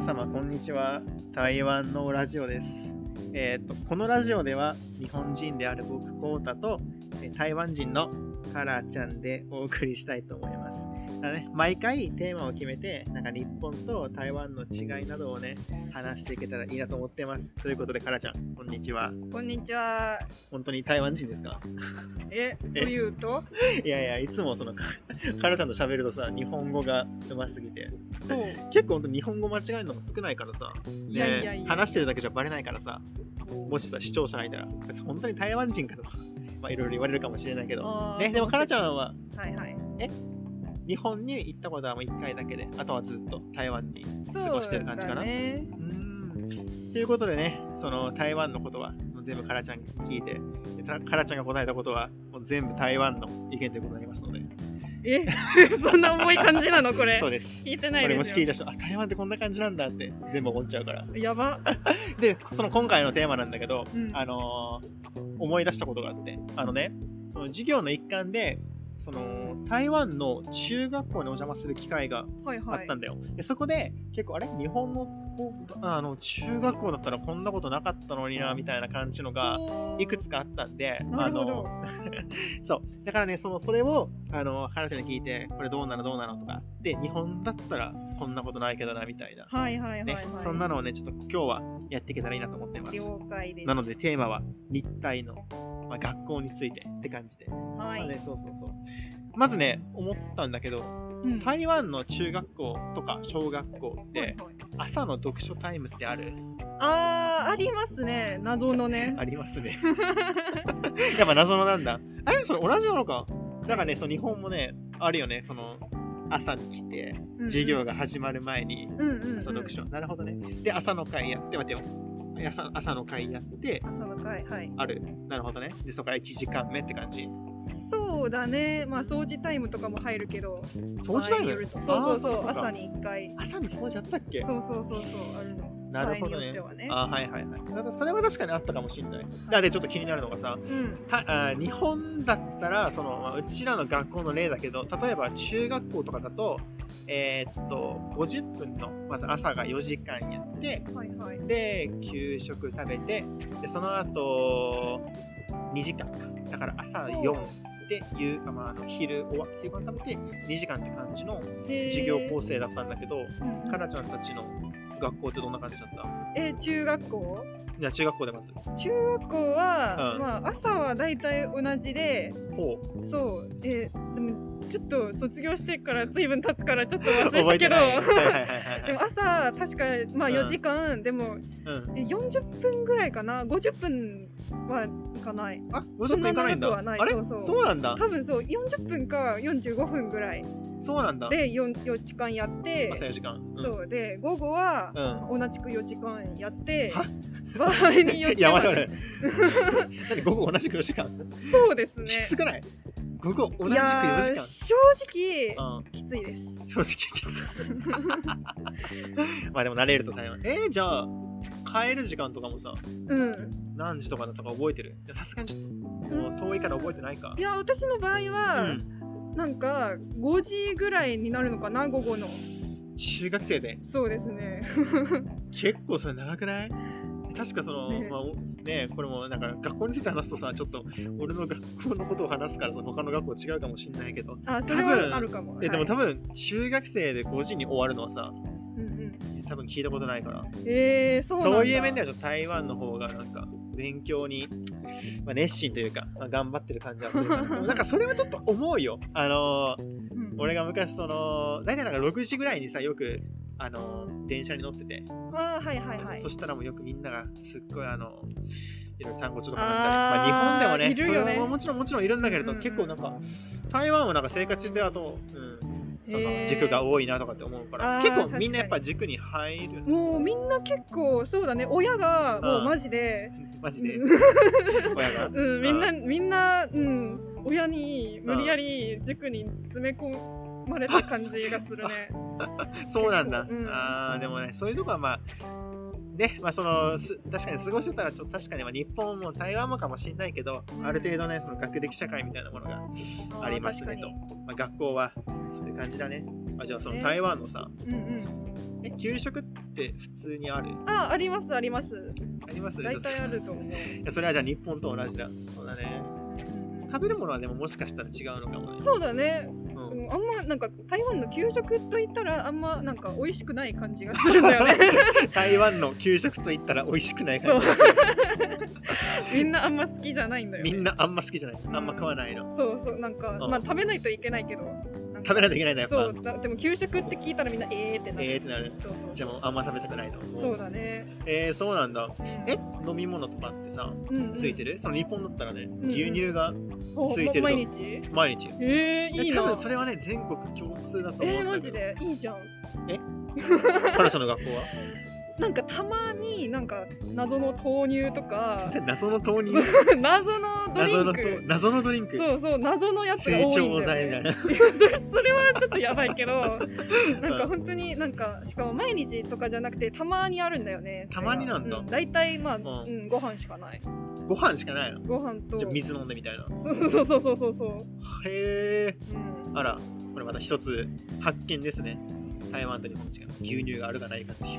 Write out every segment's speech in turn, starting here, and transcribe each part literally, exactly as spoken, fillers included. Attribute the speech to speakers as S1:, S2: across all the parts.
S1: 様こんにちは。台湾のラジオです。えー、とこのラジオでは日本人である僕コウタと台湾人のカラちゃんでお送りしたいと思います。だね、毎回テーマを決めてなんか日本と台湾の違いなどをね話していけたらいいなと思ってます。ということでカラちゃんこんにちは。
S2: こんにちは。
S1: 本当に台湾人ですか？
S2: え、というと
S1: いやいや、いつもそのカラちゃんと喋るとさ、日本語が上手すぎて
S2: そう
S1: 結構本当日本語間違えるのも少ないからさ、ね、
S2: いやいやいや
S1: 話してるだけじゃバレないからさ、もしさ視聴者がいたら本当に台湾人かとかまあいろいろ言われるかもしれないけどね。でもカラちゃんは
S2: はいはい
S1: え日本に行ったことはもういっかいだけで、あとはずっと台湾に過ごしてる感じかな。う、
S2: ね、
S1: ーんということでね、その台湾のことはもう全部カラちゃんに聞いて、カラちゃんが答えたことはもう全部台湾の意見ということになりますので。
S2: えそんな重い感じなのこれ？
S1: そうです。
S2: 聞いてない
S1: これ
S2: ですよ。
S1: もし聞いた人、あ、台湾ってこんな感じなんだって全部思っちゃうから。
S2: やば。
S1: で、その今回のテーマなんだけど、
S2: うん、
S1: あのー、思い出したことがあって、あのね、その授業の一環で、その台湾の中学校にお邪魔する機会があったんだよ。はいはい、でそこで結構あれ日本のあの中学校だったらこんなことなかったのになみたいな感じのがいくつかあったんで、
S2: なるほど。
S1: あのそうだからね、そのそれをあの彼女に聞いて、これどうなのどうなのとかで、日本だったらこんなことないけどなみたいな、
S2: はいはいはい、はい、
S1: ね、そんなのをねちょっと今日はやっていけたらいいなと思っています。
S2: 了解です。
S1: なのでテーマは日体の、まあ、学校についてって感じで、
S2: はい、
S1: まあね、そうそうそう。まずね思ったんだけど、うん、台湾の中学校とか小学校って朝の読書タイムってある？
S2: あー、ありますね。謎のね。
S1: ありますね。やっぱ謎のなんだ。あれそれ同じなのか。だからね、その日本もねあるよね。その朝に来て授業が始まる前に朝読書。なるほどね。で朝の会やって待てよ。朝, 朝の会やって
S2: 朝の会、はい、
S1: ある。なるほどね。でそこからいちじかんめって感じ。
S2: そうだね。まあ掃除タイムとかも入るけど。
S1: 掃除タイム？
S2: そうそうそう。朝にいっかい。
S1: 朝に掃除やったっけ？
S2: そうそうそうそうあるの。
S1: なるほどね。
S2: ね
S1: あ、はいはいはい。だからそれは確かにあったかもしれない。はい、でちょっと気になるのがさ、うん、たあ日本だったらその、まあ、うちらの学校の例だけど、例えば中学校とかだと、えー、っとごじゅっぷんのまず朝がよじかんやって、はいはい、で給食食べて、でその後にじかんか。だから朝よんで夕か、まあ、あの昼終わって昼間食べてにじかんって感じの授業構成だったんだけど、かなちゃんたちの学校ってどんな感じだった？
S2: え、中学校？
S1: いや、中学校でまず。
S2: 中学校は、うん、まあ朝はだいたい同じで、
S1: ほう。
S2: そう、え、でもちょっと卒業してから随分経つからちょっと忘れたけど、でも朝確かまあよじかん、うん、でも、うん、よんじゅっぷんぐらいかな、ごじゅっぷんはいかない。
S1: あ、ごじゅっぷんいかないんだ。
S2: はない。
S1: あれ？
S2: そうそう。
S1: そうなんだ。
S2: 多分そうよんじゅっぷんかよんじゅうごふんぐらい。
S1: そうなんだ。
S2: で よ, よじかんやって、
S1: 朝よじかん、うん、
S2: そうで午後は、うん、同じくよじかんやって、場合によっては、ね、
S1: いや待って何午後同じくよじかん？
S2: そうですね。
S1: きつくない？午後同じくよじかん。
S2: 正直、うん、きついです。
S1: 正直きつい。まあでも慣れると台湾。えー、じゃあ帰る時間とかもさ、うん、何時とかだったか覚えてる？さすがにちょっともう遠いから覚えてないか。
S2: いや私の場合は、うんなんかごじぐらいになるのかな、午後の。
S1: 中学生で？
S2: そうですね。
S1: 結構それ長くない？確かその、ねまあ、ねこれもなんか学校について話すとさ、ちょっと俺の学校のことを話すからさ、他の学校違うかもしれないけど。
S2: あ、それはあるかも。
S1: え、でも多分中学生でごじに終わるのはさ、うんうん、多分聞いたことないから。
S2: えー、そうなんだ。
S1: そういう面ではちょっと台湾の方がなんか勉強に、まあ、熱心というか、まあ、頑張ってる感じはするからでもなんかそれはちょっと思うよ。あのーうん、俺が昔その大体なんかろくじぐらいにさよくあのー、電車に乗ってて、
S2: あ、はいはいはい、
S1: そしたらもうよくみんながすっごいあのいろいろ単語帳とかなったり、まあ、日本でもね、
S2: いるよね、
S1: それはもちろんもちろんいるんだけれど、うんうん、結構なんか台湾はなんか生活であと、うんその軸が多いなとかって思うから、結構みんなやっぱ軸に入る。
S2: もうみんな結構そうだね、親がもうマジで
S1: マジで親が、
S2: うん、みんなみんな、うん、親に無理やり塾に詰め込まれた感じがするね。
S1: そうなんだ、うん、あーでもねそういうとこはまあね、まあその確かに過ごしてたらちょっと確かにまあ日本も台湾もかもしれないけど、うん、ある程度ねその学歴社会みたいなものがありますねと、まあ、学校はそういう感じだね。あ、じゃあその台湾のさ、
S2: うんうん、
S1: え、給食って普通にある？
S2: あ、ありますあります。
S1: あります。
S2: 大体あると思う。い
S1: や、それはじゃあ日本と同じだ。そうだね。食べるものはでももしかしたら違うのかもね。
S2: そうだね。うん、あんまなんか台湾の給食といったらあんまなんか美味しくない感じがするんだよね。
S1: 台湾の給食といったら美味しくない感じ。
S2: みんなあんま好きじゃないんだよね。
S1: みんなあんま好きじゃない。あんま食わないの。
S2: うん、そうそう、なんか、うん、まあ食べないといけないけど。
S1: 食べないといけないんだやっぱ。
S2: そうだ、でも給食って聞いたらみんなえーってなる。
S1: えーってなる。そうそうそう、じゃあもうあんま食べたくないの。
S2: そうだね。
S1: えー、そうなんだ。え、飲み物とかってさ、うんうん、ついてる？その日本だったらね、うんうん、牛乳がついてると。
S2: 毎日？
S1: 毎日。
S2: えー、いいな。
S1: 多分それはね、全国共通だと思うんだけど。
S2: えー、マジでいいじゃん。
S1: え？彼女の学校は？
S2: なんかたまになんか謎の豆乳とか
S1: 謎の豆乳
S2: 謎のドリンク
S1: 謎のドリンク
S2: そうそう謎のやつが多いんだよ、ね、
S1: 成長剤みたいな
S2: それ、それはちょっとやばいけどなんか本当になんかしかも毎日とかじゃなくてたまにあるんんだよね。
S1: たまになんだ。
S2: だいたいまあ、うんうん、ご飯しかない。
S1: ご飯しかないの？
S2: ご飯と。
S1: じゃあ水飲んでみたいな。
S2: そうそうそうそうそう。
S1: へえ、うん。あら、これまた一つ発見ですね。台湾と日本違う。牛乳があるかないかっていう。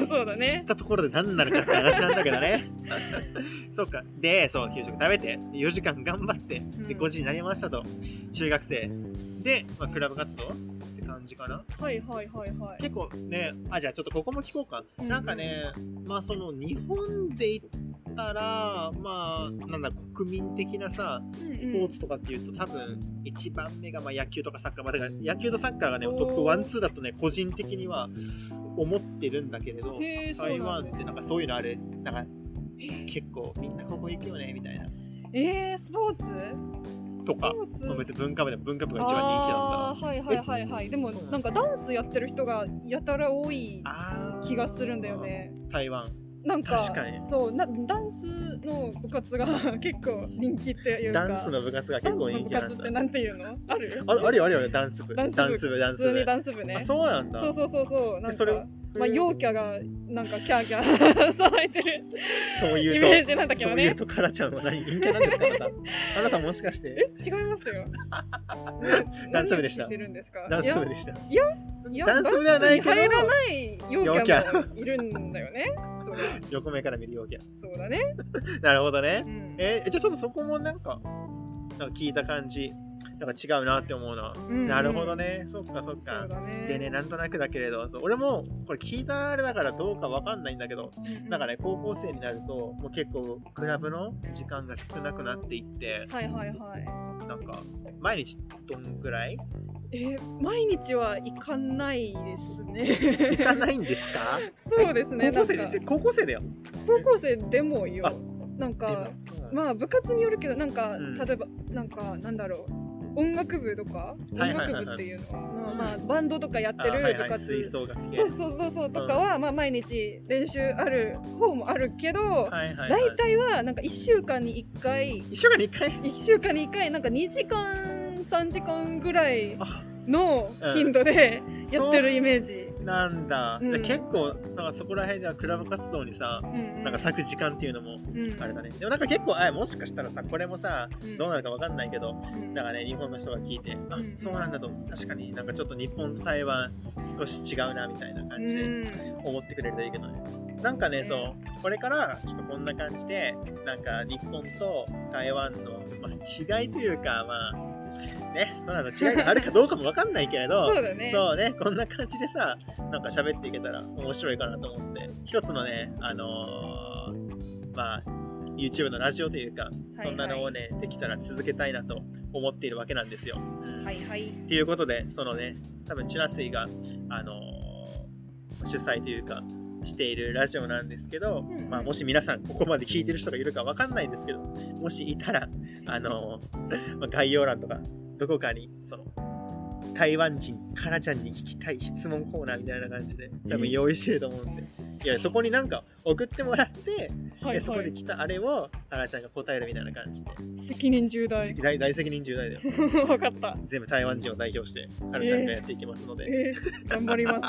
S2: そうだね。
S1: 知ったところで何になるかって話なんだけどね。そうか。で、そう、給食食べて、よじかん頑張って、で、ごじになりましたと。中学生。で、まあ、クラブ活動って感じかな。
S2: はいはいはいはい。
S1: 結構ね、あ、じゃあちょっとここも聞こうか。うん、なんかね、まあその日本で言ったら、まあ、なんだ、国民的なさ、スポーツとかっていうと、多分いちばんめがまあ野球とかサッカー、まあ、だから野球とサッカーがね、トップワン、ツーだとね、個人的には思ってるんだけれど、台湾ってなんかそういうのある、なんか結構みんなここ行くよねみたいな。
S2: えー、スポーツ
S1: とか、別に文化部でも文化部が一番人気だったら。
S2: はいはいはいはい。でもなんかダンスやってる人がやたら多い気がするんだよね。
S1: 台湾。
S2: なんか
S1: 確かに
S2: そうな、ダンスの部活が結構人気っていうか。
S1: ダンスの部活が結構人気なんだ。
S2: ダンスの部活ってなんていうの？ある？
S1: あ、あるよあるよ、ダンス部。ダンス部、ダンス部。
S2: 普通にダンス部ね。
S1: あ、そうなんだ。
S2: そうそうそうそう。なんかまあ陽キャがなんかキャーキャー騒いでる
S1: そういうと
S2: イメージなんだけどね。
S1: そういうとカラちゃんは何陰キャなんですか？あなた、あなたもしかして？
S2: え、違いますよ。
S1: ダンス部でした。ダンス部でした。
S2: いや、いや、
S1: ダンス部ではないけど
S2: 入らない陽キャもいるんだよね。
S1: 横目から見る陽キャ。
S2: そうだね。
S1: なるほどね。うん、えー、じゃあちょっとそこもなんか、なんか聞いた感じ。なんか違うなって思うな、うんうん、なるほどね、そっかそっか。ね、でね、なんとなくだけれど、そう俺もこれ聞いたあれだからどうかわかんないんだけど、うんうん、なんかね、高校生になるともう結構クラブの時間が少なくなっていって、
S2: はいはいはい。
S1: なんか毎日どんぐらい？
S2: えー、毎日は行かないですね。
S1: 行かないんですか？
S2: そうですね。
S1: 高校生で、高校生だよ。
S2: 高校生でもよ。なんかまあ部活によるけど、なんか、うん、例えばなんかなんだろう。音楽部とか、音楽部っていうのは、まあバンドとかやってる部活、
S1: 吹奏楽系、
S2: そうそうそうそうとかは、まあ毎日練習ある方もあるけど、大体はなんかいっしゅうかんにいっかい、
S1: いっしゅうかんにいっかい、
S2: いっしゅうかんにいっかいなんかにじかんさんじかんぐらいの頻度でやってるイメージ。
S1: なんだ、うん、じゃ結構さ、そこら辺ではクラブ活動にさ、うんうん、なんか割く時間っていうのもあれだね、うん、でもなんか結構あもしかしたらさこれもさ、うん、どうなるかわかんないけど、うん、なんかね日本の人が聞いて、うん、あそうなんだと確かになんかちょっと日本と台湾少し違うなみたいな感じで思ってくれるといいけどね、うん、なんかね、そうこれからちょっとこんな感じでなんか日本と台湾の、まあ、違いというかまあね、そんなの違いがあるかどうかもわかんないけれど
S2: そうだね、
S1: そうね、こんな感じでさ、なんか喋っていけたら面白いかなと思って、一つのね、あのー、まあ、YouTube のラジオというか、そんなのをね、はいはい、できたら続けたいなと思っているわけなんですよ。
S2: はいはい。
S1: ということで、そのね、多分チュラスイが、あのー、主催というか、しているラジオなんですけど、うん、まあ、もし皆さんここまで聞いてる人がいるかわかんないんですけど、もしいたら、あのーまあ、概要欄とか、どこかにその台湾人カラちゃんに聞きたい質問コーナーみたいな感じで多分用意してると思うんで、いやそこになんか送ってもらって、はいはい、でそこで来たあれをカラちゃんが答えるみたいな感じで。
S2: 責任重大。
S1: 大, 大責任重大だよ。
S2: 分かった。
S1: 全部台湾人を代表してカラちゃんがやっていきますので、
S2: えーえー、頑張ります。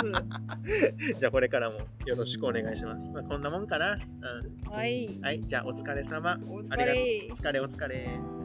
S1: じゃあこれからもよろしくお願いします。まあ、こんなもんかな。うん、
S2: はい。
S1: はい、じゃあお疲れ様。
S2: お疲れ。
S1: ありがとう。お疲れお疲れ。